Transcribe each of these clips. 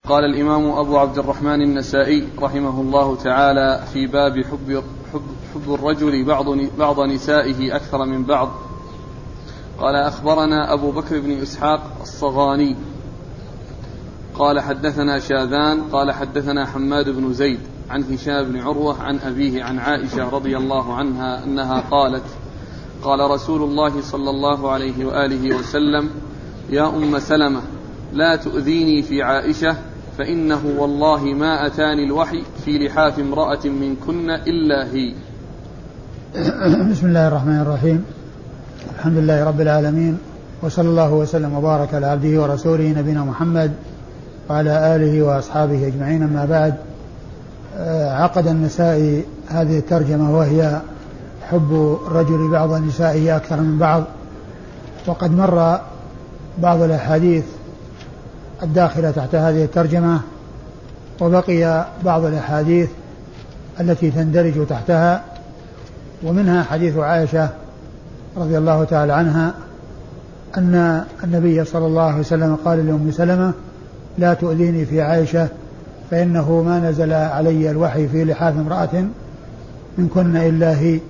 قال الإمام أبو عبد الرحمن النسائي رحمه الله تعالى في باب حب الرجل بعض نسائه أكثر من بعض. قال أخبرنا أبو بكر بن إسحاق الصغاني قال حدثنا شاذان قال حدثنا حماد بن زيد عن هشام بن عروة عن أبيه عن عائشة رضي الله عنها أنها قالت قال رسول الله صلى الله عليه وآله وسلم يا أم سلمة لا تؤذيني في عائشة فإنه والله ما أتاني الوحي في لحاف امرأة منكن إلا هي. بسم الله الرحمن الرحيم. الحمد لله رب العالمين، وصلى الله وسلم وبارك على عبده ورسوله نبينا محمد وعلى آله وأصحابه أجمعين. أما بعد، عقد النسائي هذه الترجمة وهي حب الرجل بعض نسائه أكثر من بعض، وقد مر بعض الأحاديث الداخلة تحت هذه الترجمة، وبقي بعض الأحاديث التي تندرج تحتها، ومنها حديث عائشة رضي الله تعالى عنها أن النبي صلى الله عليه وسلم قال لأم سلمة لا تؤذيني في عائشة فإنه ما نزل علي الوحي في لحاف امرأة منكن إلا هي.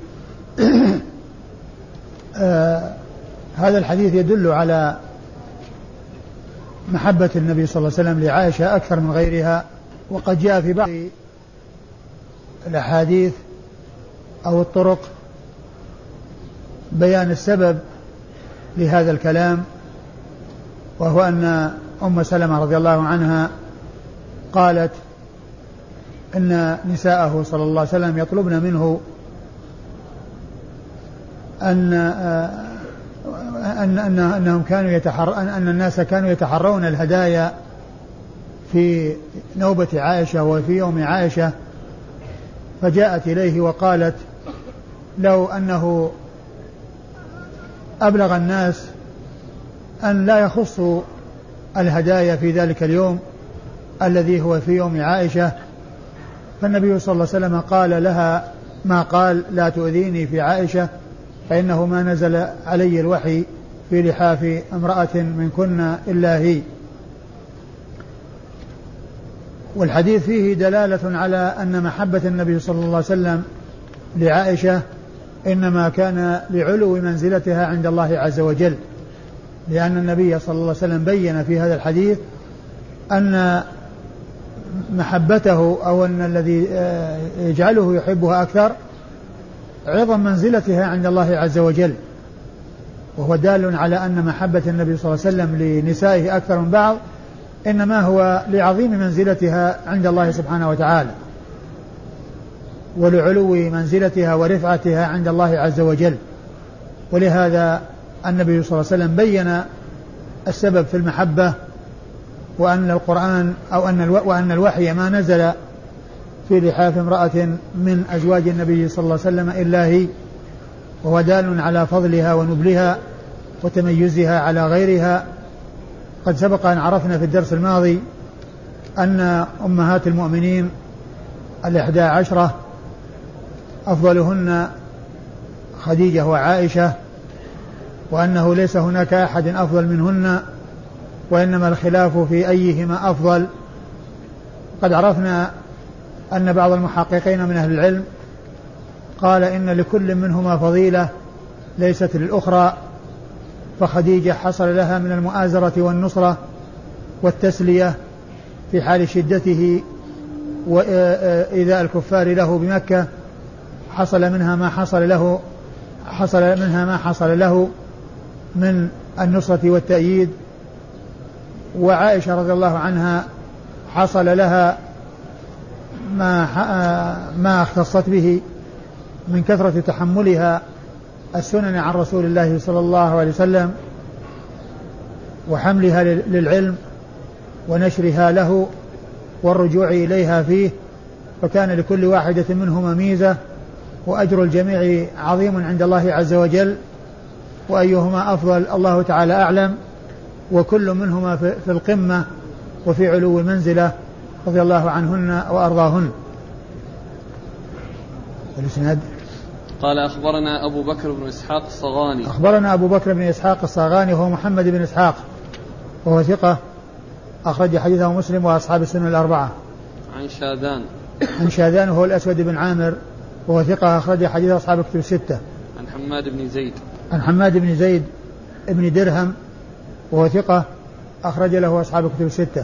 هذا الحديث يدل على محبة النبي صلى الله عليه وسلم لعائشة أكثر من غيرها، وقد جاء في بعض الأحاديث أو الطرق بيان السبب لهذا الكلام، وهو أن أم سلمة رضي الله عنها قالت إن نساءه صلى الله عليه وسلم يطلبن منه أنهم أن الناس كانوا يتحرون الهدايا في نوبة عائشة وفي يوم عائشة، فجاءت إليه وقالت لو أنه أبلغ الناس أن لا يخصوا الهدايا في ذلك اليوم الذي هو في يوم عائشة. فالنبي صلى الله عليه وسلم قال لها ما قال لا تؤذيني في عائشة فإنه ما نزل علي الوحي في لحاف امرأة منكن إلا هي. والحديث فيه دلالة على أن محبة النبي صلى الله عليه وسلم لعائشة إنما كان لعلو منزلتها عند الله عز وجل، لأن النبي صلى الله عليه وسلم بين في هذا الحديث أن محبته أو أن الذي يجعله يحبها أكثر عظم منزلتها عند الله عز وجل، وهو دال على أن محبة النبي صلى الله عليه وسلم لنسائه أكثر من بعض إنما هو لعظيم منزلتها عند الله سبحانه وتعالى، ولعلو منزلتها ورفعتها عند الله عز وجل. ولهذا النبي صلى الله عليه وسلم بين السبب في المحبة، وأن القرآن وأن الوحي ما نزل في لحاف امرأة من أزواج النبي صلى الله عليه وسلم إلا هي، وهو دال على فضلها ونبلها وتميزها على غيرها. قد سبق أن عرفنا في الدرس الماضي أن أمهات المؤمنين 11 أفضلهن خديجة وعائشة، وأنه ليس هناك أحد أفضل منهن، وإنما الخلاف في أيهما أفضل. قد عرفنا أن بعض المحققين من أهل العلم قال إن لكل منهما فضيلة ليست للأخرى، فخديجة حصل لها من المؤازرة والنصرة والتسلية في حال شدته وإيذاء الكفار له بمكة، حصل منها ما حصل له من النصرة والتأييد. وعائشة رضي الله عنها حصل لها ما اختصت به من كثرة تحملها السنن عن رسول الله صلى الله عليه وسلم، وحملها للعلم ونشرها له والرجوع إليها فيه، فكان لكل واحدة منهما ميزة، وأجر الجميع عظيم عند الله عز وجل، وأيهما أفضل الله تعالى أعلم، وكل منهما في القمة وفي علو المنزلة رضي الله عنهن وأرضاهن. الإسناد قال أخبرنا أبو بكر بن إسحاق الصغاني. أخبرنا أبو بكر بن إسحاق الصغاني وهو محمد بن إسحاق وهو ثقة أخرج حديثه مسلم وأصحاب السنن الأربعة. عن شاذان وهو الأسود بن عامر وهو ثقة أخرج حديث أصحاب الكتب الستة. عن حماد بن زيد ابن درهم وهو ثقة أخرج له أصحاب الكتب الستة.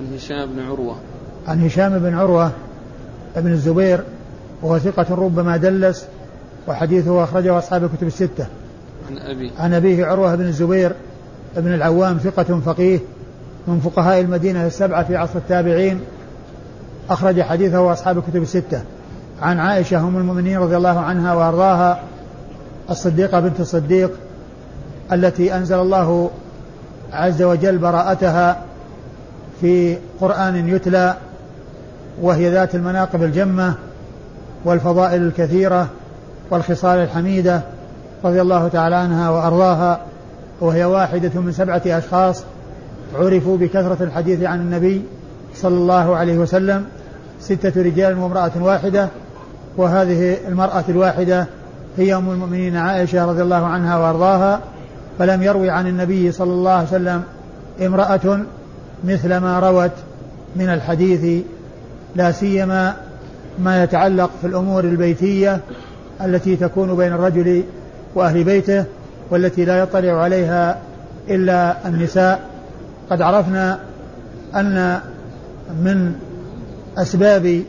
عن هشام بن عروة ابن الزبير وهو ثقة ربما دلس وحديثه أخرجه أصحاب الكتب الستة. عن أبيه عروة بن الزبير ابن العوام ثقة فقيه من فقهاء المدينة السبعة في عصر التابعين أخرج حديثه أصحاب الكتب الستة. عن عائشة أم المؤمنين رضي الله عنها وأرضاها الصديقة بنت الصديق التي أنزل الله عز وجل براءتها في قرآن يتلى، وهي ذات المناقب الجمة والفضائل الكثيرة والخصال الحميدة رضي الله تعالى عنها وأرضاها، وهي واحدة من 7 أشخاص عرفوا بكثرة الحديث عن النبي صلى الله عليه وسلم، 6 رجال وامرأة واحدة، وهذه المرأة الواحدة هي أم المؤمنين عائشة رضي الله عنها وأرضاها، فلم يروي عن النبي صلى الله عليه وسلم امرأة مثل ما روت من الحديث، لا سيما ما يتعلق في الأمور البيتية التي تكون بين الرجل وأهل بيته والتي لا يطلع عليها إلا النساء. قد عرفنا أن من أسباب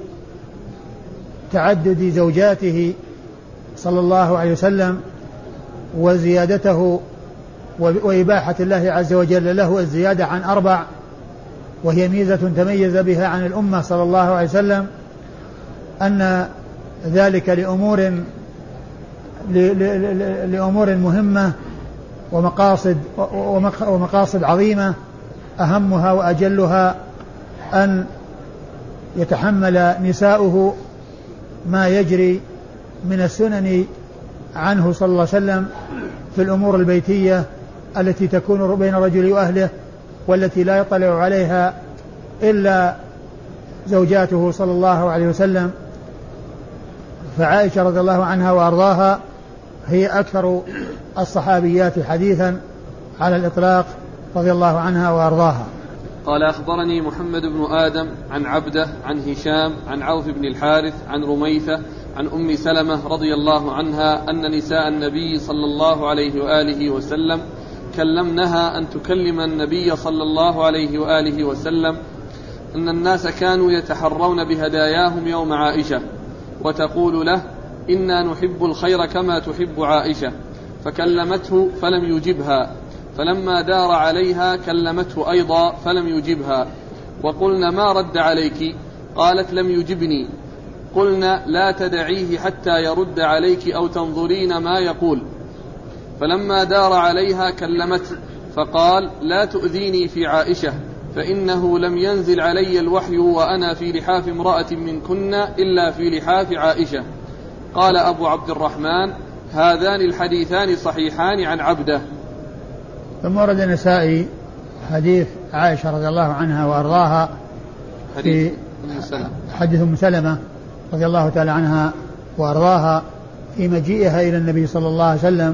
تعدد زوجاته صلى الله عليه وسلم وزيادته وإباحة الله عز وجل له الزيادة عن 4، وهي ميزة تميز بها عن الأمة صلى الله عليه وسلم، أن ذلك لأمور مهمة ومقاصد عظيمة، أهمها وأجلها أن يتحمل نساؤه ما يجري من السنن عنه صلى الله عليه وسلم في الأمور البيتية التي تكون بين الرجل وأهله والتي لا يطلع عليها إلا زوجاته صلى الله عليه وسلم. فعائشة رضي الله عنها وأرضاها هي أكثر الصحابيات حديثا على الإطلاق رضي الله عنها وأرضاها. قال أخبرني محمد بن آدم عن عبده عن هشام عن عوف بن الحارث عن رميثة عن أم سلمة رضي الله عنها أن نساء النبي صلى الله عليه وآله وسلم كلمنها أن تكلم النبي صلى الله عليه وآله وسلم أن الناس كانوا يتحرون بهداياهم يوم عائشة وتقول له إنا نحب الخير كما تحب عائشة، فكلمته فلم يجبها، فلما دار عليها كلمته أيضا فلم يجبها، وقلنا ما رد عليك؟ قالت لم يجبني. قلنا لا تدعيه حتى يرد عليك أو تنظرين ما يقول. فلما دار عليها كلمته فقال لا تؤذيني في عائشة، فإنه لم ينزل علي الوحي وأنا في لحاف امرأة منكن إلا في لحاف عائشة. قال أبو عبد الرحمن هذان الحديثان صحيحان عن عبده. ثم ورد النسائي حديث عائشة رضي الله عنها وأرضاها في حديث أم سلمة رضي الله تعالى عنها وأرضاها في مجيئها إلى النبي صلى الله عليه وسلم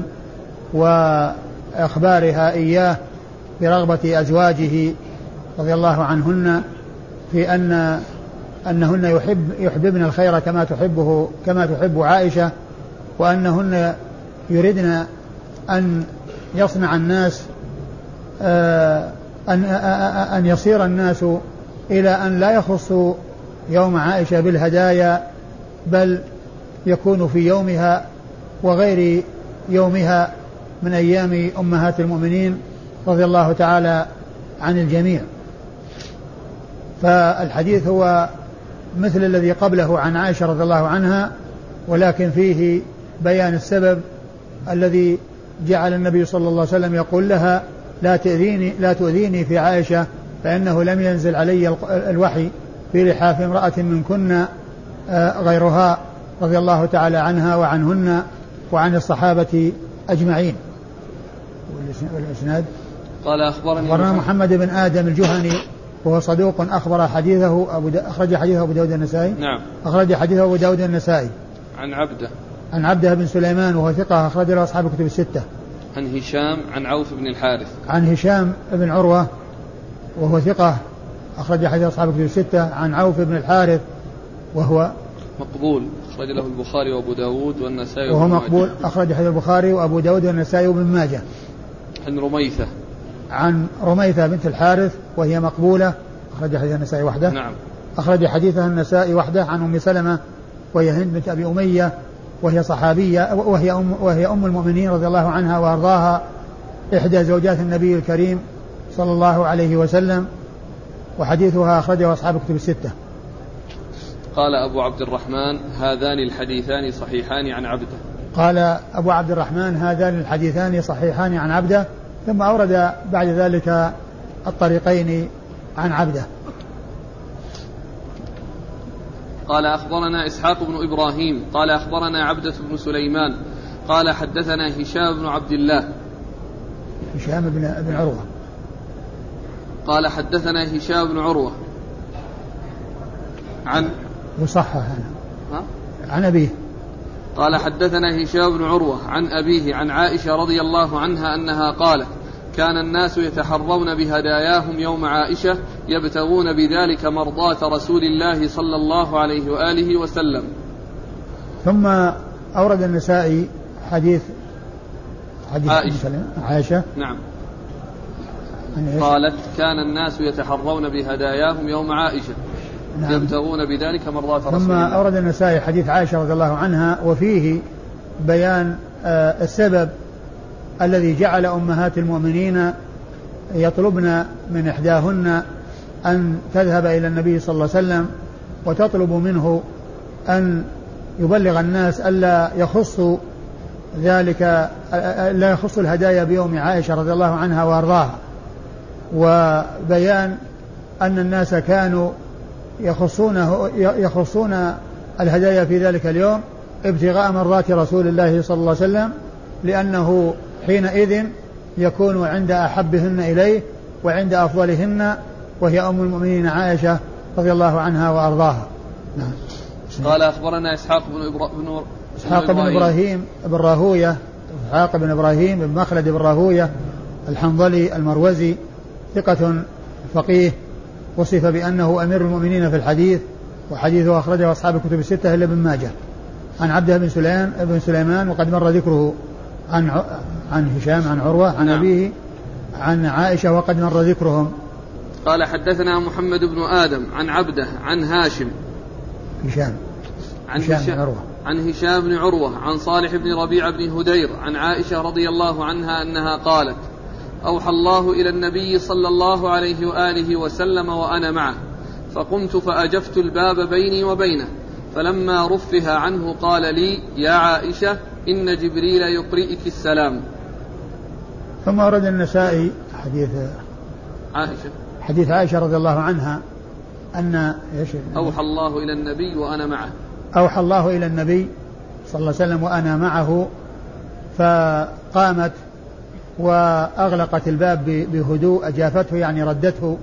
وإخبارها إياه برغبة أزواجه رضي الله عنهن في أنهن يحببن الخير كما تحب عائشة، وأنهن يردن أن يصنع الناس أن يصير الناس إلى أن لا يخصوا يوم عائشة بالهدايا، بل يكون في يومها وغير يومها من أيام أمهات المؤمنين رضي الله تعالى عن الجميع. فالحديث هو مثل الذي قبله عن عائشة رضي الله عنها، ولكن فيه بيان السبب الذي جعل النبي صلى الله عليه وسلم يقول لها لا تؤذيني في عائشة، فإنه لم ينزل علي الوحي في لحاف امرأة منكن غيرها رضي الله تعالى عنها وعنهن وعن الصحابة أجمعين. والإسناد قال أخبرنا محمد بن آدم الجهني وهو صدوق أخرج حديثه أبو داود النسائي. نعم. أخرج حديثه أبو داود النسائي. عن عبده بن سليمان وهو ثقة أخرج له أصحاب الكتب الستة. عن هشام عن عوف بن الحارث. عن هشام بن عروة وهو ثقة أخرج حديث أصحاب الكتب الستة. عن عوف بن الحارث وهو مقبول، أخرج له البخاري وأبو داود والنسائي وهو مقبول، أخرج حديث البخاري وأبو داود والنسائي وابن ماجه. عن رميثة بنت الحارث وهي مقبولة، أخرج حديث النسائي وحده. نعم. أخرج حديثها النسائي وحده. عن أم سلمة وهي هند بنت أبي أمية وهي صحابية وهي أم المؤمنين رضي الله عنها وأرضاها، إحدى زوجات النبي الكريم صلى الله عليه وسلم، وحديثها أخرجه أصحاب الكتب الستة. قال أبو عبد الرحمن هذان الحديثان صحيحان عن عبده. قال أبو عبد الرحمن هذان الحديثان صحيحان عن عبده، ثم أورد بعد ذلك الطريقين عن عبده. قال أخبرنا إسحاق بن إبراهيم قال أخبرنا عبدة بن سليمان قال حدثنا هشام بن عبد الله. هشام بن عروة. قال حدثنا هشام بن عروة عن وصحح عن أبيه. قال حدثنا هشام بن عروة عن أبيه عن عائشة رضي الله عنها أنها قالت كان الناس يتحرون بهداياهم يوم عائشة يبتغون بذلك مرضاة رسول الله صلى الله عليه وآله وسلم. ثم أورد النسائي حديث عائشة. نعم. قالت كان الناس يتحرون بهداياهم يوم عائشة. نعم. يبتغون بذلك مرضاة رسول الله. ثم أورد النسائي حديث عائشة رضي الله عنها وفيه بيان السبب الذي جعل أمهات المؤمنين يطلبن من إحداهن أن تذهب إلى النبي صلى الله عليه وسلم وتطلب منه أن يبلغ الناس ألا يخصوا ذلك، لا يخص الهدايا بيوم عائشة رضي الله عنها وأرضاها، وبيان أن الناس كانوا يخصون الهدايا في ذلك اليوم ابتغاء مرضات رسول الله صلى الله عليه وسلم، لأنه حينئذ يكون عند أحبهن إليه وعند أفضلهن، وهي أم المؤمنين عائشة رضي الله عنها وأرضاها. نعم. قال أخبرنا إسحاق بن إبراهيم بن راهوية، إسحاق بن إبراهيم بن مخلد بن راهوية الحنظلي المروزي، ثقة فقيه، وصف بأنه أمير المؤمنين في الحديث، وحديثه أخرجه أصحاب الكتب الستة إلا ابن ماجه. عن عبده بن سليمان وقد مر ذكره. عن هشام عن عروة عن أبيه عن عائشة وقد مر ذكرهم. قال حدثنا محمد بن آدم عن عبده عن هاشم عن هشام بن عروة عن صالح بن ربيع بن هدير عن عائشة رضي الله عنها أنها قالت أوحى الله إلى النبي صلى الله عليه وآله وسلم وأنا معه، فقمت فأجفت الباب بيني وبينه، فلما رفه عنه قال لي يا عائشة إن جبريل يقرئك السلام. ثم ورد النسائي حديث عائشة رضي الله عنها أن أوحى الله إلى النبي وأنا معه، أوحى الله إلى النبي صلى الله عليه وسلم وأنا معه، فقامت وأغلقت الباب بهدوء، أجافته يعني ردته،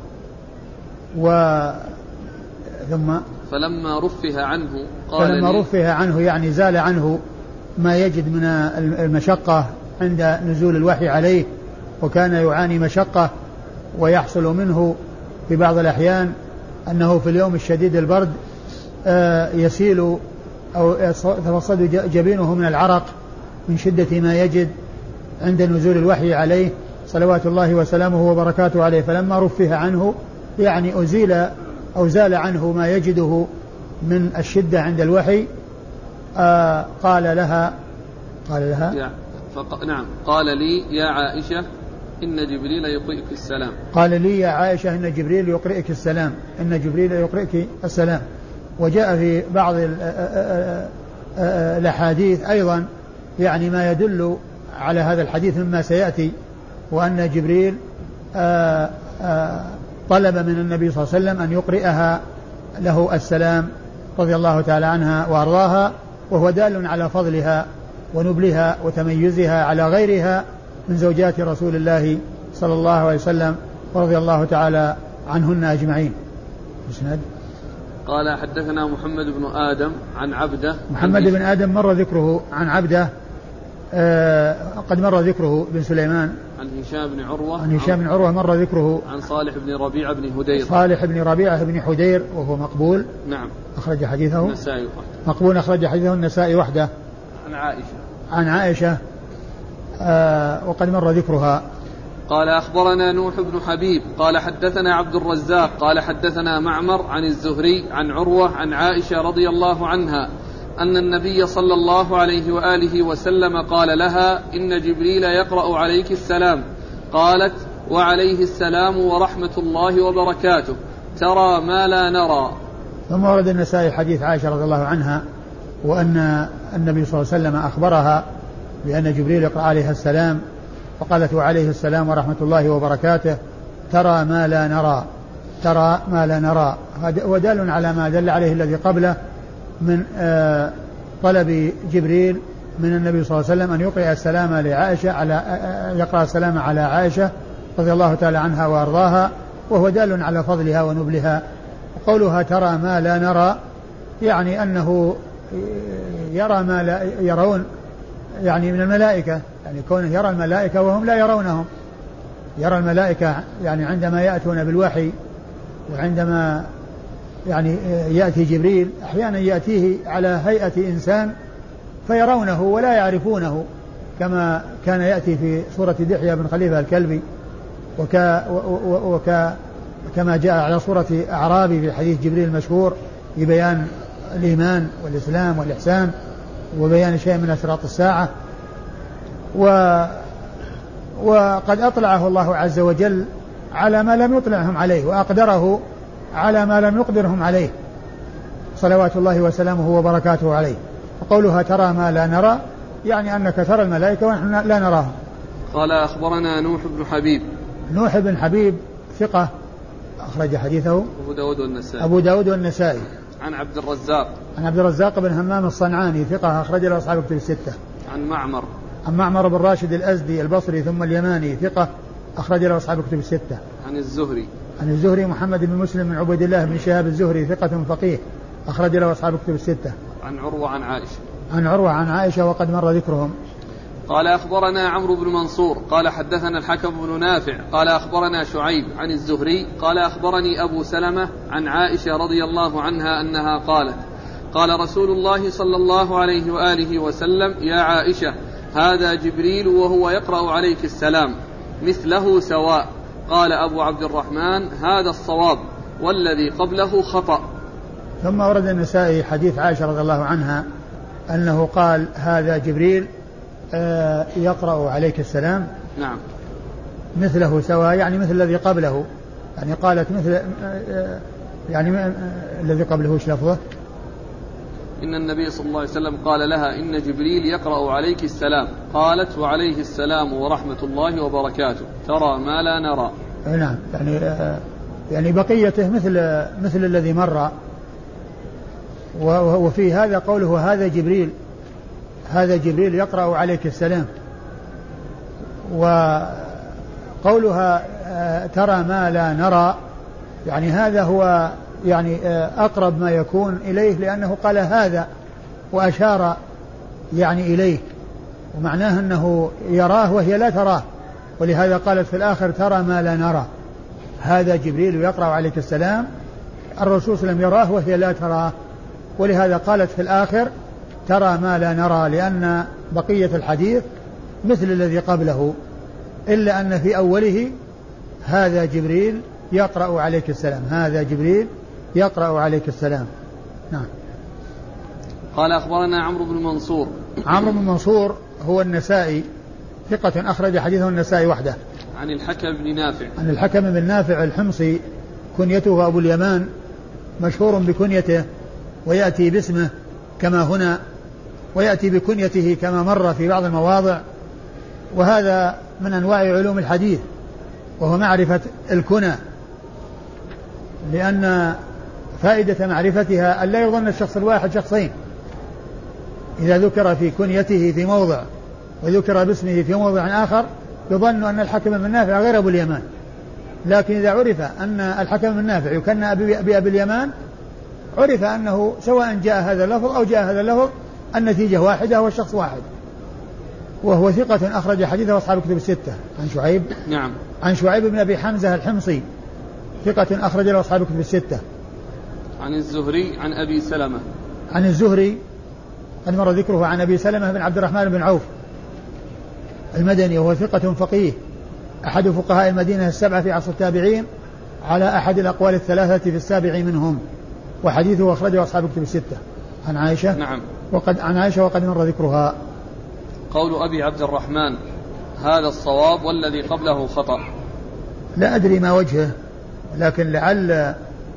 فلما رفه عنه يعني زال عنه ما يجد من المشقة عند نزول الوحي عليه، وكان يعاني مشقة ويحصل منه في بعض الأحيان أنه في اليوم الشديد البرد يسيل أو يتوصد جبينه من العرق من شدة ما يجد عند نزول الوحي عليه صلوات الله وسلامه وبركاته عليه. فلما رفه عنه يعني أزيل أو زال عنه ما يجده من الشدة عند الوحي، قال لها نعم قال لي يا عائشة إن جبريل يقرئك السلام. قال لي يا عائشة إن جبريل يقرئك السلام، إن جبريل يقرئك السلام. وجاء في بعض الأحاديث أيضا يعني ما يدل على هذا الحديث مما سيأتي، وأن جبريل طلب من النبي صلى الله عليه وسلم أن يقرئها له السلام رضي الله تعالى عنها وأرضاها، وهو دال على فضلها ونبلها وتميزها على غيرها من زوجات رسول الله صلى الله عليه وسلم ورضي الله تعالى عنهن أجمعين. قال حدثنا محمد بن آدم عن عبده. محمد بن آدم مر ذكره عن عبده قد مر ذكره بن سليمان عن هشام بن عروة. عن هشام بن عروة مر ذكره. عن صالح بن ربيعة بن هدير. صالح بن ربيعة بن حدير وهو مقبول. نعم. أخرج حديثه النسائي وحده. مقبول أخرج حديثه النسائي وحده. عن عائشة. عن عائشة وقد مر ذكرها. قال أخبرنا نوح بن حبيب قال حدثنا عبد الرزاق قال حدثنا معمر عن الزهري عن عروة عن عائشة رضي الله عنها أن النبي صلى الله عليه وآله وسلم قال لها إن جبريل يقرأ عليك السلام. قالت وعليه السلام ورحمة الله وبركاته ترى ما لا نرى. ثم ورد النسائي حديث عائشة رضي الله عنها وأن النبي صلى الله عليه وسلم أخبرها بأن جبريل يقرأ عليها السلام فقالت وعليه السلام ورحمة الله وبركاته ترى ما لا نرى. ترى ما لا نرى ودال على ما دل عليه الذي قبله من طلب جبريل من النبي صلى الله عليه وسلم أن يقرأ السلام لعائشة يقرأ السلام على عائشة رضي الله تعالى عنها وأرضاها وهو دال على فضلها ونبلها. وقولها ترى ما لا نرى يعني أنه يرى ما لا يرون يعني من الملائكة يعني كونه يرى الملائكة وهم لا يرونهم. يرى الملائكة يعني عندما يأتون بالوحي وعندما يعني يأتي جبريل أحيانا يأتيه على هيئة إنسان فيرونه ولا يعرفونه كما كان يأتي في سورة دحية بن خليفة الكلبي كما جاء على صورة أعرابي في حديث جبريل المشهور في بيان الإيمان والإسلام والإحسان وبيان شيء من أشراط الساعة. وقد أطلعه الله عز وجل على ما لم يطلعهم عليه وأقدره على ما لم يقدرهم عليه صلوات الله وسلامه وبركاته عليه. فقولها ترى ما لا نرى يعني أنك ترى الملائكة ونحن لا نراهم. قال أخبرنا نوح بن حبيب. نوح بن حبيب ثقة أخرج حديثه أبو داود والنسائي. عن عبد الرزاق. عن عبد الرزاق بن همام الصنعاني ثقة أخرج له أصحاب الكتب الستة. عن معمر. عن معمر بن راشد الأزدي البصري ثم اليماني ثقة أخرج له أصحاب الكتب الستة. عن الزهري. عن الزهري محمد بن مسلم بن عبيد الله بن شهاب الزهري ثقة فقيه أخرج له أصحاب الكتب الستة. عن عروة عن عائشة. عن عروة عن عائشة وقد مر ذكرهم. قال أخبرنا عمرو بن منصور قال حدثنا الحكم بن نافع قال أخبرنا شعيب عن الزهري قال أخبرني أبو سلمة عن عائشة رضي الله عنها أنها قالت قال رسول الله صلى الله عليه وآله وسلم يا عائشة هذا جبريل وهو يقرأ عليك السلام مثله سواء. قال أبو عبد الرحمن هذا الصواب والذي قبله خطأ. ثم ورد النسائي حديث عائشة رضي الله عنها أنه قال هذا جبريل يقرأ عليك السلام. نعم. مثله سواء يعني مثل الذي قبله يعني قالت مثل يعني الذي قبله وش لفظه؟ إن النبي صلى الله عليه وسلم قال لها إن جبريل يقرأ عليك السلام. قالت وعليه السلام ورحمة الله وبركاته ترى ما لا نرى. نعم يعني بقيته مثل الذي مر. وفي هذا قوله هذا جبريل يقرأ عليك السلام. وقولها ترى ما لا نرى يعني هذا هو يعني أقرب ما يكون إليه لأنه قال هذا وأشار يعني إليه ومعناه أنه يراه وهي لا تراه ولهذا قالت في الآخر ترى ما لا نرى. هذا جبريل يقرأ عليك السلام الرسول صلى الله عليه وسلم يراه وهي لا تراه ولهذا قالت في الآخر ترى ما لا نرى لأن بقية الحديث مثل الذي قبله إلا أن في أوله هذا جبريل يقرأ عليك السلام. هذا جبريل يقرأ عليك السلام. نعم. قال أخبرنا عمرو بن منصور. عمرو بن منصور هو النسائي ثقة أخرج حديثه النسائي وحده. عن الحكم بن نافع. عن الحكم بن نافع الحمصي كنيته أبو اليمان مشهور بكنيته ويأتي باسمه كما هنا ويأتي بكنيته كما مر في بعض المواضع وهذا من أنواع علوم الحديث وهو معرفة الكنى لأن فائدة معرفتها أن لا يظن الشخص الواحد شخصين. إذا ذكر في كنيته في موضع وذكر باسمه في موضع آخر يظن أن الحكم بن نافع غير أبو اليمان لكن إذا عرف أن الحكم بن نافع يكنى بأبي اليمان عرف أنه سواء جاء هذا اللفظ أو جاء هذا اللفظ النتيجة واحدة والشخص واحد. وهو ثقة أخرج حديثه أصحاب الكتب الستة. عن شعيب نعم عن شعيب بن أبي حمزة الحمصي ثقة أخرج له أصحاب الكتب الستة. عن الزهري عن أبي سلمة عن الزهري قد مر ذكره عن أبي سلمة بن عبد الرحمن بن عوف المدني وهو ثقة فقيه أحد فقهاء المدينة السبعة في عصر التابعين على أحد الأقوال الثلاثة في السابع منهم وحديثه أخرجه أصحاب الكتب الستة. عن عائشة نعم عن عائشة وقد مر ذكرها. قول أبي عبد الرحمن هذا الصواب والذي قبله خطأ. لا أدري ما وجهه لكن لعل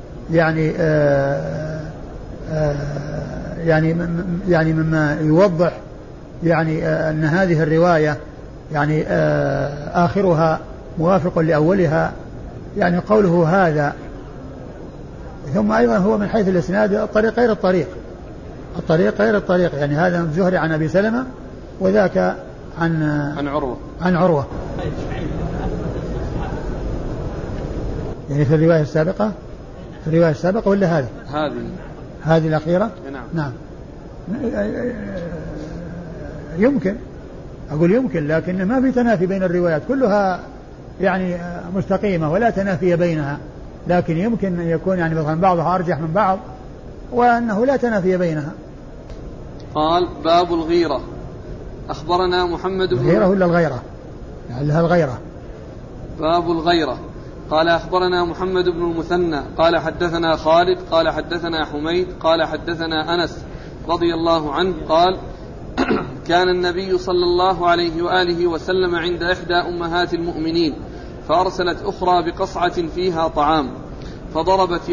يعني مما يوضح يعني أن هذه الرواية يعني آخرها موافق لأولها يعني قوله هذا. ثم أيضا هو من حيث الإسناد الطريق غير الطريق يعني هذا الزهري عن أبي سلمة وذاك عن عروة يعني في الرواية السابقة ولا هذه الأخيرة. نعم يمكن أقول يمكن لكن ما في تنافي بين الروايات كلها يعني مستقيمة ولا تنافي بينها لكن يمكن أن يكون يعني مثلا بعضها أرجح من بعض وأنه لا تنافي بينها. قال باب الغيرة. أخبرنا محمد بن الغيرة ولا الغيرة يعني لها الغيرة. باب الغيرة. قال أخبرنا محمد بن المثنى قال حدثنا خالد قال حدثنا حميد قال حدثنا أنس رضي الله عنه قال كان النبي صلى الله عليه وآله وسلم عند إحدى أمهات المؤمنين فأرسلت أخرى بقصعة فيها طعام فضربت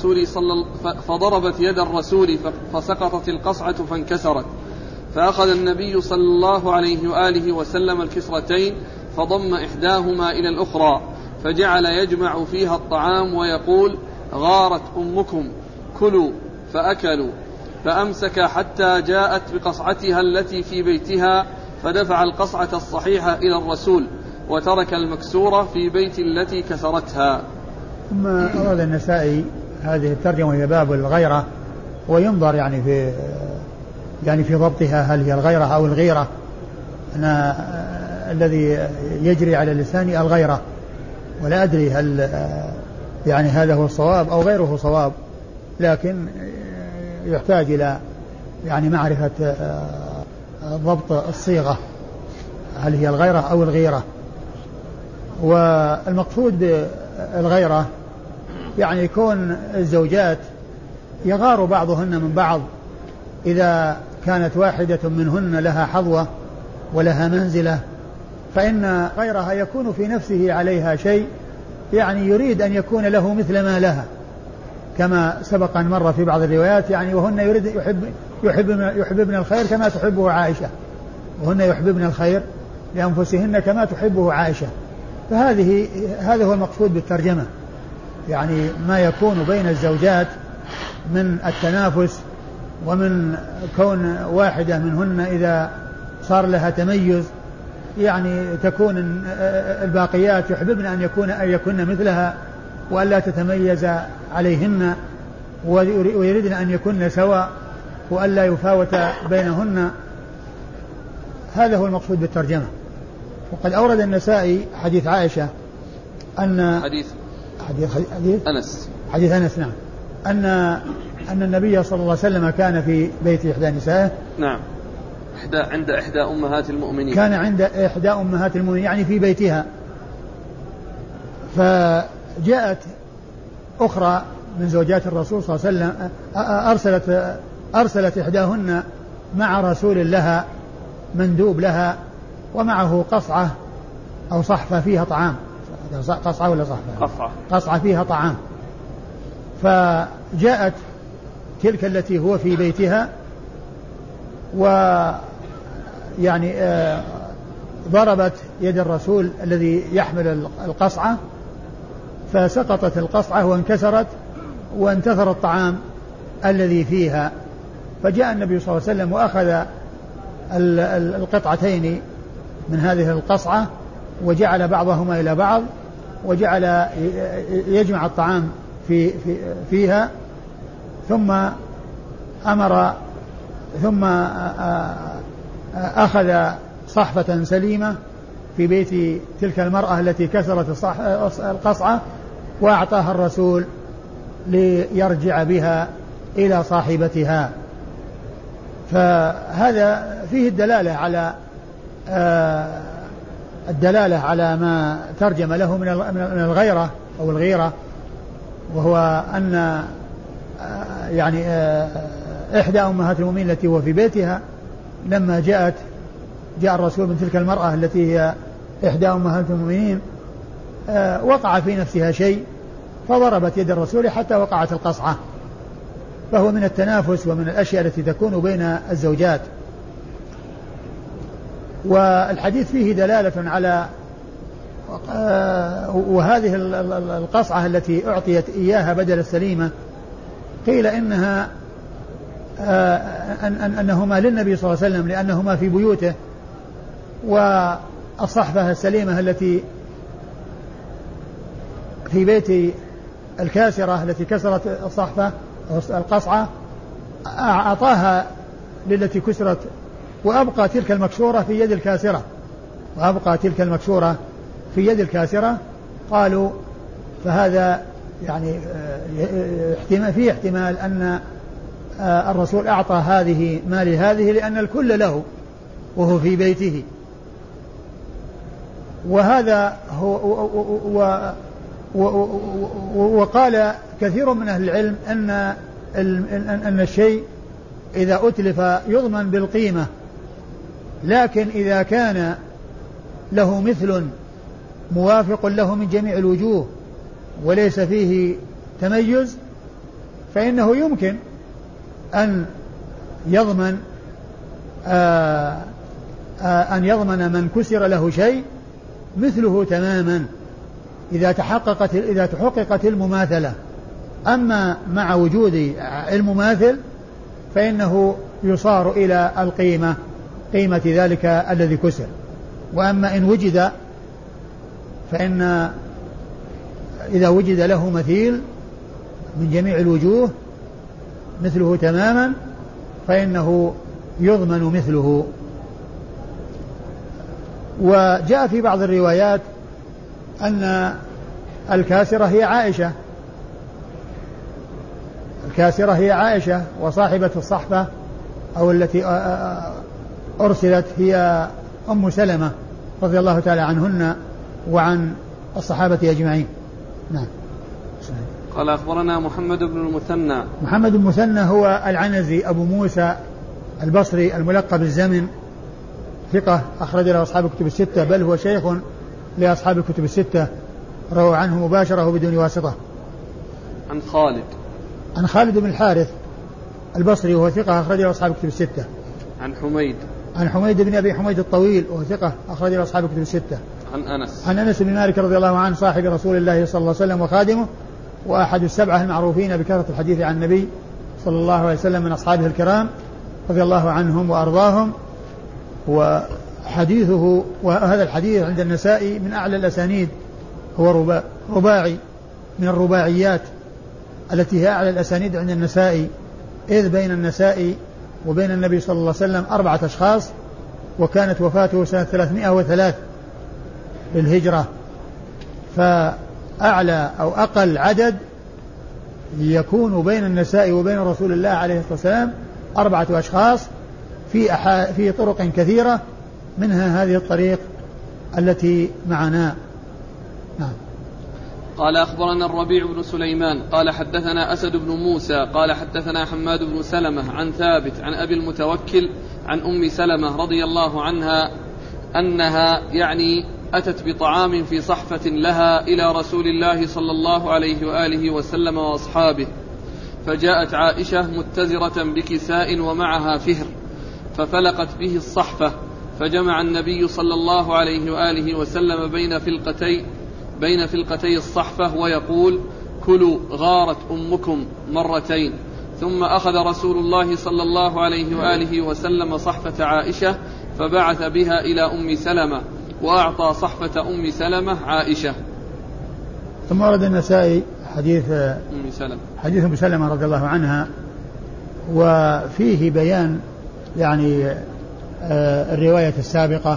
يد الرسول فسقطت القصعة فانكسرت فأخذ النبي صلى الله عليه وآله وسلم الكسرتين فضم إحداهما إلى الأخرى فجعل يجمع فيها الطعام ويقول غارت أمكم كلوا فأكلوا فأمسك حتى جاءت بقصعتها التي في بيتها فدفع القصعة الصحيحة إلى الرسول وترك المكسورة في بيت التي كسرتها. ثم أراد النسائي هذه الترجمة هي باب الغيرة وينظر يعني في ضبطها هل هي الغيرة أو الغيرة. أنا الذي يجري على لساني الغيرة ولا أدري هل يعني هذا هو الصواب أو غيره صواب لكن يحتاج إلى يعني معرفة ضبط الصيغة هل هي الغيرة أو الغيرة. والمقصود بالغيرة يعني يكون الزوجات يغار بعضهن من بعض إذا كانت واحدة منهن لها حظوة ولها منزلة فإن غيرها يكون في نفسه عليها شيء يعني يريد أن يكون له مثل ما لها كما سبق أن مر في بعض الروايات يعني وهن يحببن الخير كما تحبه عائشة وهن يحببن الخير لأنفسهن كما تحبه عائشة. هذا هو المقصود بالترجمة يعني ما يكون بين الزوجات من التنافس ومن كون واحدة منهن إذا صار لها تميز يعني تكون الباقيات يحببن أن يكون مثلها وألا تتميز عليهن ويريدن أن يكن سواء وألا يفاوت بينهن. هذا هو المقصود بالترجمة. وقد أورد النسائي حديث عائشة أن حديث أنس نعم أن النبي صلى الله عليه وسلم كان في بيت إحدى نسائه نعم عند إحدى أمهات المؤمنين كان عند إحدى أمهات المؤمنين يعني في بيتها فجاءت أخرى من زوجات الرسول صلى الله عليه وسلم أرسلت إحداهن مع رسول لها مندوب لها ومعه قصعة أو صحفة فيها طعام قصعة ولا صحفة قصعة فيها طعام فجاءت تلك التي هو في بيتها ويعني ضربت يد الرسول الذي يحمل القصعة فسقطت القصعة وانكسرت وانتثر الطعام الذي فيها فجاء النبي صلى الله عليه وسلم وأخذ القطعتين من هذه القصعة وجعل بعضهما إلى بعض وجعل يجمع الطعام فيها ثم أخذ صحفة سليمة في بيت تلك المرأة التي كسرت القصعة، وأعطاها الرسول ليرجع بها إلى صاحبتها. فهذا فيه الدلالة على ما ترجم له من الغيرة أو الغيرة، وهو أن يعني إحدى أمهات المؤمنين التي هو في بيتها لما جاء الرسول من تلك المرأة التي هي إحدى أمهات المؤمنين وقع في نفسها شيء فضربت يد الرسول حتى وقعت القصعة، فهو من التنافس ومن الأشياء التي تكون بين الزوجات. والحديث فيه دلالة على وهذه القصعة التي أعطيت إياها بدل السليمة قيل إنها أنهما للنبي صلى الله عليه وسلم لأنهما في بيوته، والصحفة السليمة التي في بيت الكاسرة التي كسرت الصحفة القصعة أعطاها للتي كسرت وأبقى تلك المكسورة في يد الكاسرة. قالوا فهذا يعني فيه احتمال أن الرسول أعطى هذه مال هذه لأن الكل له وهو في بيته. وهذا هو وقال كثير من أهل العلم أن الشيء إذا أتلف يضمن بالقيمة، لكن إذا كان له مثل موافق له من جميع الوجوه وليس فيه تميز فإنه يمكن أن يضمن من كسر له شيء مثله تماما إذا تحققت المماثلة. أما مع وجود المماثل فإنه يصار إلى قيمة ذلك الذي كسر. وأما إن وجد فإن إذا وجد له مثيل من جميع الوجوه مثله تماما فإنه يضمن مثله. وجاء في بعض الروايات أن الكاسرة هي عائشة وصاحبة الصحفة أو التي أرسلت هي أم سلمة رضي الله تعالى عنهن وعن الصحابة أجمعين. نعم. قال أخبرنا محمد بن المثنى هو العنزي أبو موسى البصري الملقب بالزمن، ثقة أخرج له أصحاب الكتب الستة، بل هو شيخ لأصحاب الكتب الستة، روى عنه مباشرة بدون واسطة. عن خالد بن الحارث البصري وهو ثقة أخرج له أصحاب الكتب الستة. عن حميد بن أبي حميد الطويل وهو ثقة أخرج له أصحاب الكتب الستة. عن أنس بن مالك رضي الله عنه صاحب رسول الله صلى الله عليه وسلم وخادمه، وأحد السبعة المعروفين بكثرة الحديث عن النبي صلى الله عليه وسلم من أصحابه الكرام رضي الله عنهم وأرضاهم. وحديثه وهذا الحديث عند النسائي من أعلى الأسانيد، هو رباعي من الرباعيات التي هي أعلى الأسانيد عند النسائي، إذ بين النسائي وبين النبي صلى الله عليه وسلم 4 أشخاص، وكانت وفاته سنة 303 للهجرة. فأعلى أو أقل عدد يكون بين النسائي وبين رسول الله عليه الصلاة والسلام 4 أشخاص في طرق كثيرة، منها هذه الطريق التي معنا. نعم. قال أخبرنا الربيع بن سليمان قال حدثنا أسد بن موسى قال حدثنا حماد بن سلمة عن ثابت عن أبي المتوكل عن أم سلمة رضي الله عنها أنها يعني أتت بطعام في صحفة لها إلى رسول الله صلى الله عليه وآله وسلم وأصحابه، فجاءت عائشة متزرة بكساء ومعها فهر، ففلقت به الصحفة، فجمع النبي صلى الله عليه وآله وسلم بين فلقتي الصحفة ويقول: كلوا غارت أمكم مرتين. ثم أخذ رسول الله صلى الله عليه وآله وسلم صحفة عائشة فبعث بها إلى أم سلمة، وأعطى صحفة أم سلمة عائشة. ثم ورد النسائي حديث أم سلمة رضي الله عنها، وفيه بيان يعني الرواية السابقة،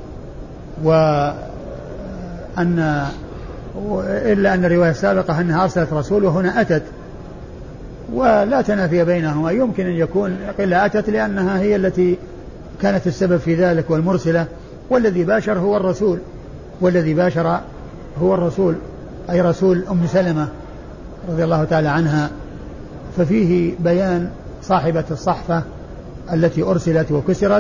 إلا أن الرواية السابقة أنها أرسلت رسول وهنا أتت، ولا تنافي بينهما. يمكن أن يكون قيل أتت لأنها هي التي كانت السبب في ذلك والمرسلة، والذي باشر هو الرسول، والذي باشر هو الرسول أي رسول أم سلمة رضي الله تعالى عنها. ففيه بيان صاحبة الصحفة التي أرسلت وكسرت،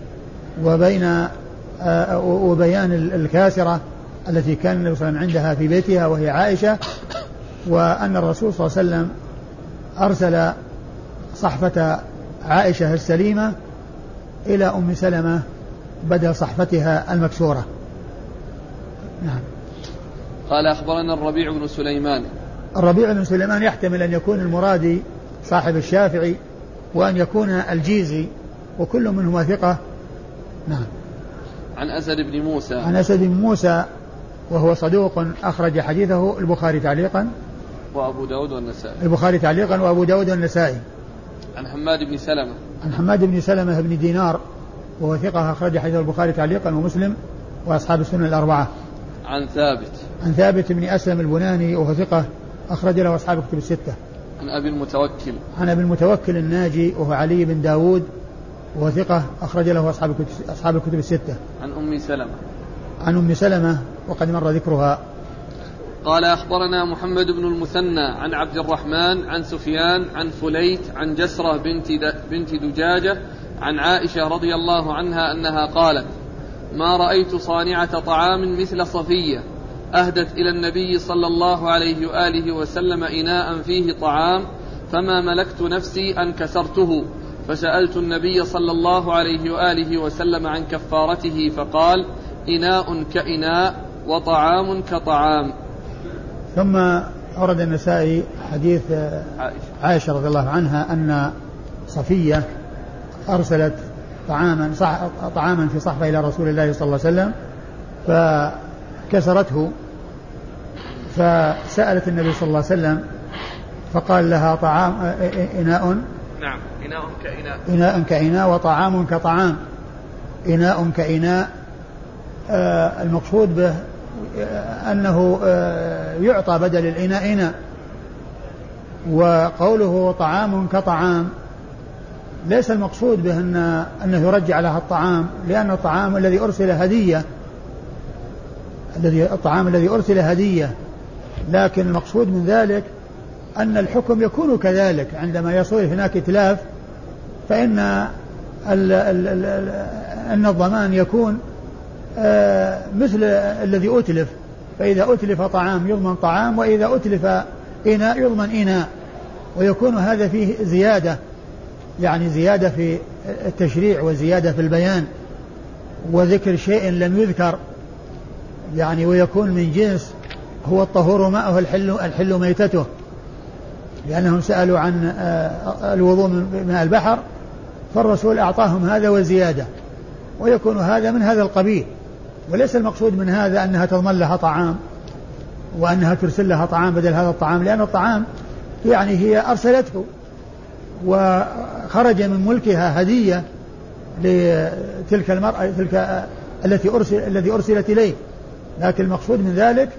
وبيان الكاسرة التي كان النبي صلى الله عليه وسلم عندها في بيتها وهي عائشة، وأن الرسول صلى الله عليه وسلم أرسل صحفة عائشة السليمة إلى أم سلمة بدل صحفتها المكسورة. نعم. قال أخبرنا الربيع بن سليمان. الربيع بن سليمان يحتمل أن يكون المرادي صاحب الشافعي، وأن يكون الجيزي، وكل منهما ثقة. نعم. عن أسد بن موسى. عن أسد بن موسى وهو صدوق أخرج حديثه البخاري تعليقا وأبو داود والنسائي. البخاري تعليقا وأبو داود والنسائي. عن حماد بن سلمة. عن حماد بن سلمة بن دينار وهو ثقة أخرج حديثه البخاري تعليقا ومسلم وأصحاب السنن الأربعة. عن ثابت. عن ثابت بن أسلم البناني وهو ثقة أخرج له أصحاب الكتب الستة. عن أبي المتوكل. عن أبي المتوكل الناجي وهو علي بن داود وهو ثقة أخرج له أصحاب الكتب الستة. عن أم سلمة. عن أم سلمة وقد مر ذكرها. قال أخبرنا محمد بن المثنى عن عبد الرحمن عن سفيان عن فليت عن جسرة بنت دجاجة عن عائشة رضي الله عنها أنها قالت: ما رأيت صانعة طعام مثل صفية أهدت إلى النبي صلى الله عليه وآله وسلم إناء فيه طعام، فما ملكت نفسي أن كسرته، فسألت النبي صلى الله عليه وآله وسلم عن كفارته، فقال: إناء كإناء وطعام كطعام. ثم أورد النسائي حديث عائشة رضي الله عنها أن صفية أرسلت طعاما في صحفة إلى رسول الله صلى الله عليه وسلم فكسرته، فسألت النبي صلى الله عليه وسلم فقال لها: طعام إناء. نعم. إناء كإناء. إناء كإناء وطعام كطعام. إناء كإناء المقصود به أنه يعطى بدل الإناء إناء، وقوله طعام كطعام ليس المقصود به أنه يرجع لها الطعام، لأن الطعام الذي أرسل هدية، الطعام الذي أرسل هدية، لكن المقصود من ذلك أن الحكم يكون كذلك عندما يصير هناك إتلاف، فإن أن الضمان يكون مثل الذي أتلف، فإذا أتلف طعام يضمن طعام، وإذا أتلف إناء يضمن إناء، ويكون هذا فيه زيادة، يعني زيادة في التشريع وزيادة في البيان وذكر شيء لم يذكر، يعني ويكون من جنس هو الطهور ماءه الحل ميتته، لأنهم سألوا عن الوضوء من ماء البحر فالرسول أعطاهم هذا وزيادة، ويكون هذا من هذا القبيل. وليس المقصود من هذا أنها تضمن لها طعام وأنها ترسل لها طعام بدل هذا الطعام، لأن الطعام يعني هي أرسلته وخرج من ملكها هدية لتلك المرأة التي أرسلت إليه، لكن المقصود من ذلك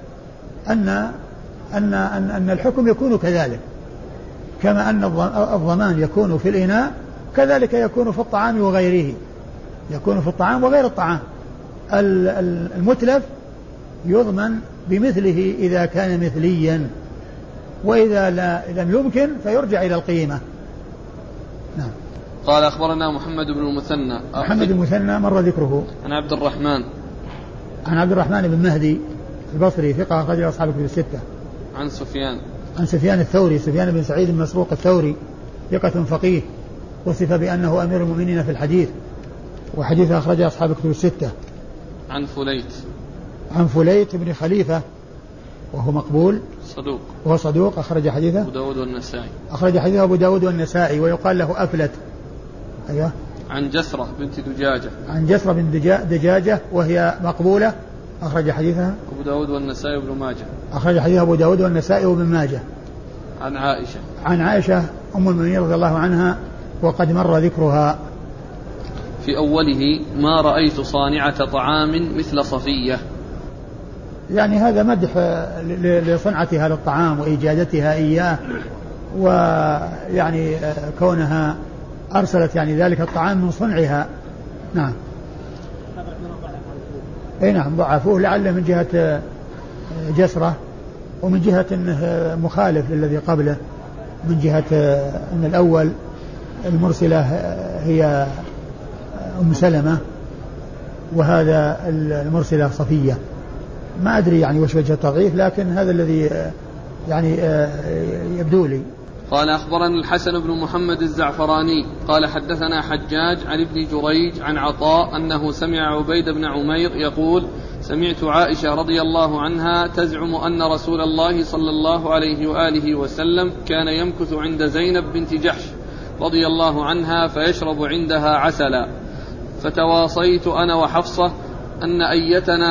أن الحكم يكون كذلك، كما أن الضمان يكون في الإناء كذلك يكون في الطعام وغيره، يكون في الطعام وغير الطعام. المتلف يضمن بمثله إذا كان مثليا، وإذا لم يمكن فيرجع إلى القيمة. نعم. قال أخبرنا محمد بن المثنى. محمد بن المثنى مر ذكره. عن عبد الرحمن. عن عبد الرحمن بن مهدي البصري ثقة أخرج له أصحاب الكتب الستة. عن سفيان. عن سفيان الثوري، سفيان بن سعيد المسروق الثوري ثقة فقيه، وصف بأنه أمير المؤمنين في الحديث، وحديث أخرج أصحاب الكتب الستة. عن فليت. عن فليت بن خليفة وهو مقبول صدوق، وهو صدوق أخرج حديثه أبو داود والنسائي. أخرج حديثه أبو داود والنسائي، ويقال له أفلت. أيوه. عن جسرة بنت دجاجة. عن جسرة بنت دجاجة وهي مقبولة أخرج حديثها أبو داود والنسائي وابن ماجه. أخرج حديث أبو داود والنسائي وابن ماجه. عن عائشة. عن عائشة أم المؤمنين رضي الله عنها وقد مر ذكرها. في أوله ما رأيت صانعة طعام مثل صفية. يعني هذا مدح لصنعتها للطعام وإيجادتها إياه، ويعني كونها أرسلت يعني ذلك الطعام من صنعها. نعم. أي نعم ضعفوه لعله من جهة جسرة، ومن جهة أنه مخالف للذي قبله، من جهة أن الأول المرسلة هي أم سلمة وهذا المرسلة صفية. ما أدري يعني وش وجه التضعيف، لكن هذا الذي يعني يبدو لي. قال أخبرنا الحسن بن محمد الزعفراني قال حدثنا حجاج عن ابن جريج عن عطاء أنه سمع عبيد بن عمير يقول سمعت عائشة رضي الله عنها تزعم أن رسول الله صلى الله عليه وآله وسلم كان يمكث عند زينب بنت جحش رضي الله عنها فيشرب عندها عسلا، فتواصيت أنا وحفصة أن أيتنا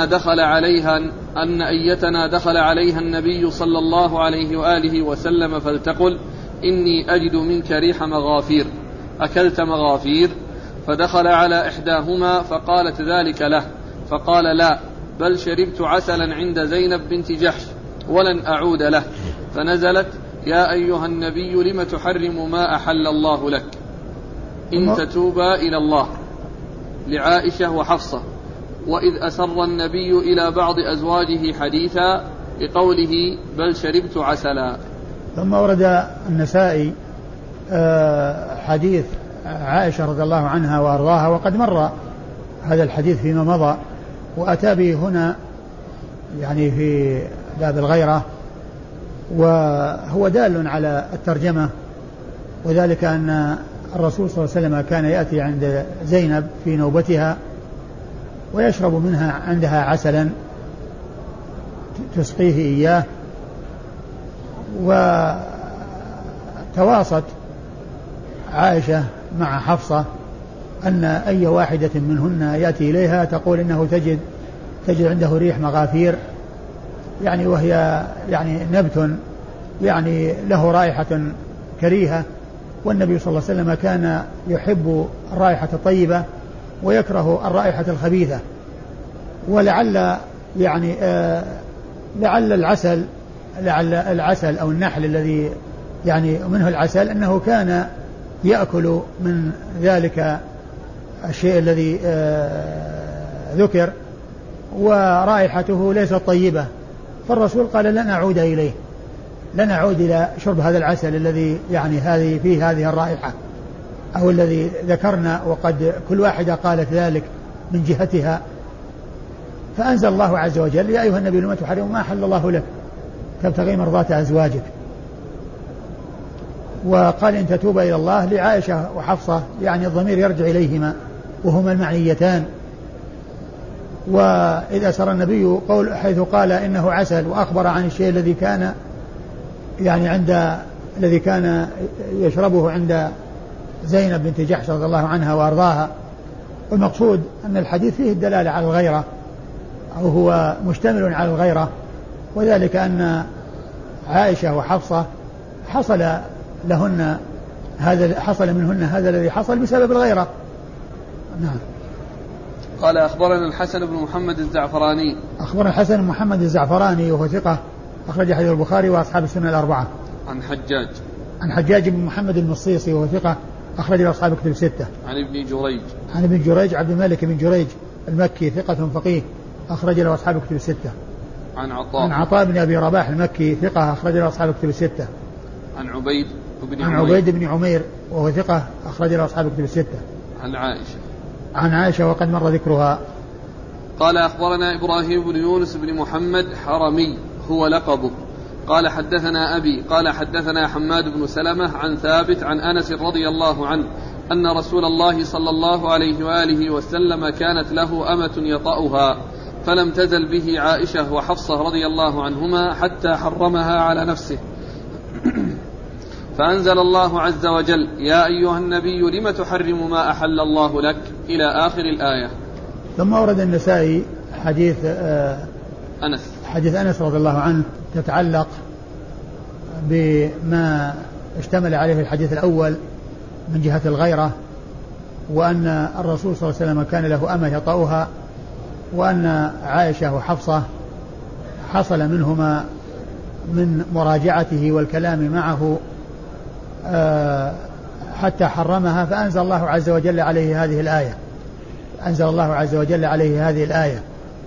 دخل عليها النبي صلى الله عليه وآله وسلم فلتقل إني أجد منك ريح مغافير، أكلت مغافير؟ فدخل على إحداهما فقالت ذلك له، فقال لا، بل شربت عسلا عند زينب بنت جحش ولن أعود له. فنزلت يا أيها النبي لم تحرم ما أحل الله لك إن تتوبا إلى الله، لعائشة وحفصة. وإذ أسر النبي إلى بعض أزواجه حديثا بقوله بل شربت عسلا. ثم ورد النسائي حديث عائشة رضي الله عنها وأرضاها، وقد مر هذا الحديث فيما مضى، وأتى به هنا يعني في باب الغيرة، وهو دال على الترجمة، وذلك أن الرسول صلى الله عليه وسلم كان يأتي عند زينب في نوبتها ويشرب منها عندها عسلا تسقيه إياه، وتواصت عائشة مع حفصة أن أي واحدة منهن يأتي إليها تقول إنه تجد عنده ريح مغافير، يعني وهي يعني نبت يعني له رائحة كريهة، والنبي صلى الله عليه وسلم كان يحب الرائحة الطيبة ويكره الرائحة الخبيثة. ولعل يعني لعل العسل أو النحل الذي يعني منه العسل أنه كان يأكل من ذلك الشيء الذي ذكر ورائحته ليست طيبة، فالرسول قال لن أعود إليه، لن أعود إلى شرب هذا العسل الذي يعني فيه هذه الرائحة أو الذي ذكرنا، وقد كل واحدة قالت ذلك من جهتها. فأنزل الله عز وجل يا أيها النبي لما تحرم ما أحل الله لك تبتغي مرضات أزواجك، وقال إن تتوب إلى الله لعائشة وحفصة، يعني الضمير يرجع إليهما وهما المعنيتان. وإذا سر النبي حيث قال إنه عسل وأخبر عن الشيء الذي كان يعني الذي كان يشربه عند زينب بنت جحش رضي الله عنها وأرضاها. والمقصود أن الحديث فيه الدلالة على الغيرة، أو هو مشتمل على الغيرة، وذلك أن عائشة وحفصة حصل منهن هذا الذي حصل بسبب الغيرة. نعم. قال أخبرنا الحسن بن محمد الزعفراني. أخبرنا الحسن بن محمد الزعفراني وهو ثقة أخرج حديث البخاري وأصحاب السنة الأربعة. عن حجاج بن محمد المصيصي وهو ثقة أخرج له أصحاب الكتب الستة. عن ابن جريج عبد الملك بن جريج المكي ثقة فقيه أخرج له أصحاب الكتب الستة. عن عطاء بن أبي رباح المكي ثقة أخرج له أصحاب الكتب الستة. عن عبيد بن عمير وهو ثقة أخرج له أصحاب الكتب الستة. عن عائشة وقد مر ذكرها. قال أخبرنا إبراهيم بن يونس بن محمد حرمي هو لقبه قال حدثنا أبي قال حدثنا حماد بن سلمة عن ثابت عن أنس رضي الله عنه أن رسول الله صلى الله عليه وآله وسلم كانت له أمة يطأها، فلم تزل به عائشة وحفصة رضي الله عنهما حتى حرمها على نفسه، فأنزل الله عز وجل يا أيها النبي لم تحرم ما أحل الله لك إلى آخر الآية. ثم ورد النسائي حديث أنس رضي الله عنه تتعلق بما اشتمل عليه الحديث الأول من جهة الغيرة، وأن الرسول صلى الله عليه وسلم كان له أمة يطأها، وأن عائشة وحفصة حصل منهما من مراجعته والكلام معه حتى حرمها، فأنزل الله عز وجل عليه هذه الآية. أنزل الله عز وجل عليه هذه الآية.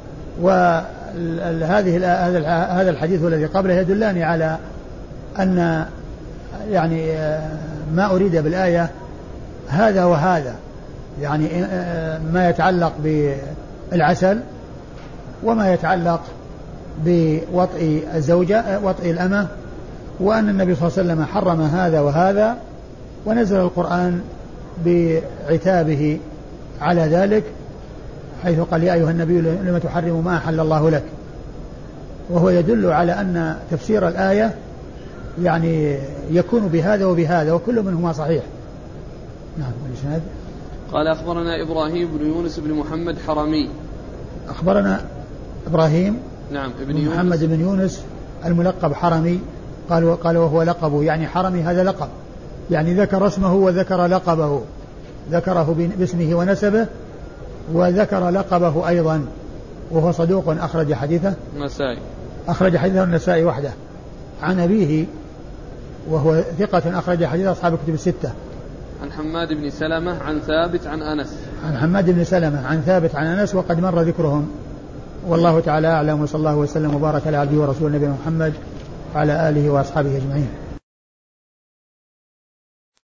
هذا الحديث الذي قبله يدلني على أن يعني ما أريد بالآية هذا وهذا، يعني ما يتعلق بالعسل وما يتعلق بوطئ الزوجة وطئ الأمة، وأن النبي صلى الله عليه وسلم حرم هذا وهذا، ونزل القرآن بعتابه على ذلك، حيث قال يا أيها النبي لما تحرم ما أحل الله لك. وهو يدل على أن تفسير الآية يعني يكون بهذا وبهذا، وكل منهما صحيح. نعم. قال أخبرنا إبراهيم بن يونس بن محمد حرمي. أخبرنا إبراهيم نعم بن محمد بن يونس الملقب حرمي. قال وهو لقبه، يعني حرمي هذا لقب، يعني ذكر اسمه وذكر لقبه، ذكره باسمه ونسبه وذكر لقبه أيضا. وهو صدوق أخرج حديثه النسائي، أخرج حديثه النسائي وحده. عن أبيه وهو ثقة أخرج حديث أصحاب الكتب الستة. عن حماد بن سلمة عن ثابت عن أنس. عن حماد بن سلمة عن ثابت عن أنس، وقد مر ذكرهم. والله تعالى أعلم، وصلى الله وسلم وبارك على عبده ورسوله نبينا محمد وعلى آله وأصحابه أجمعين.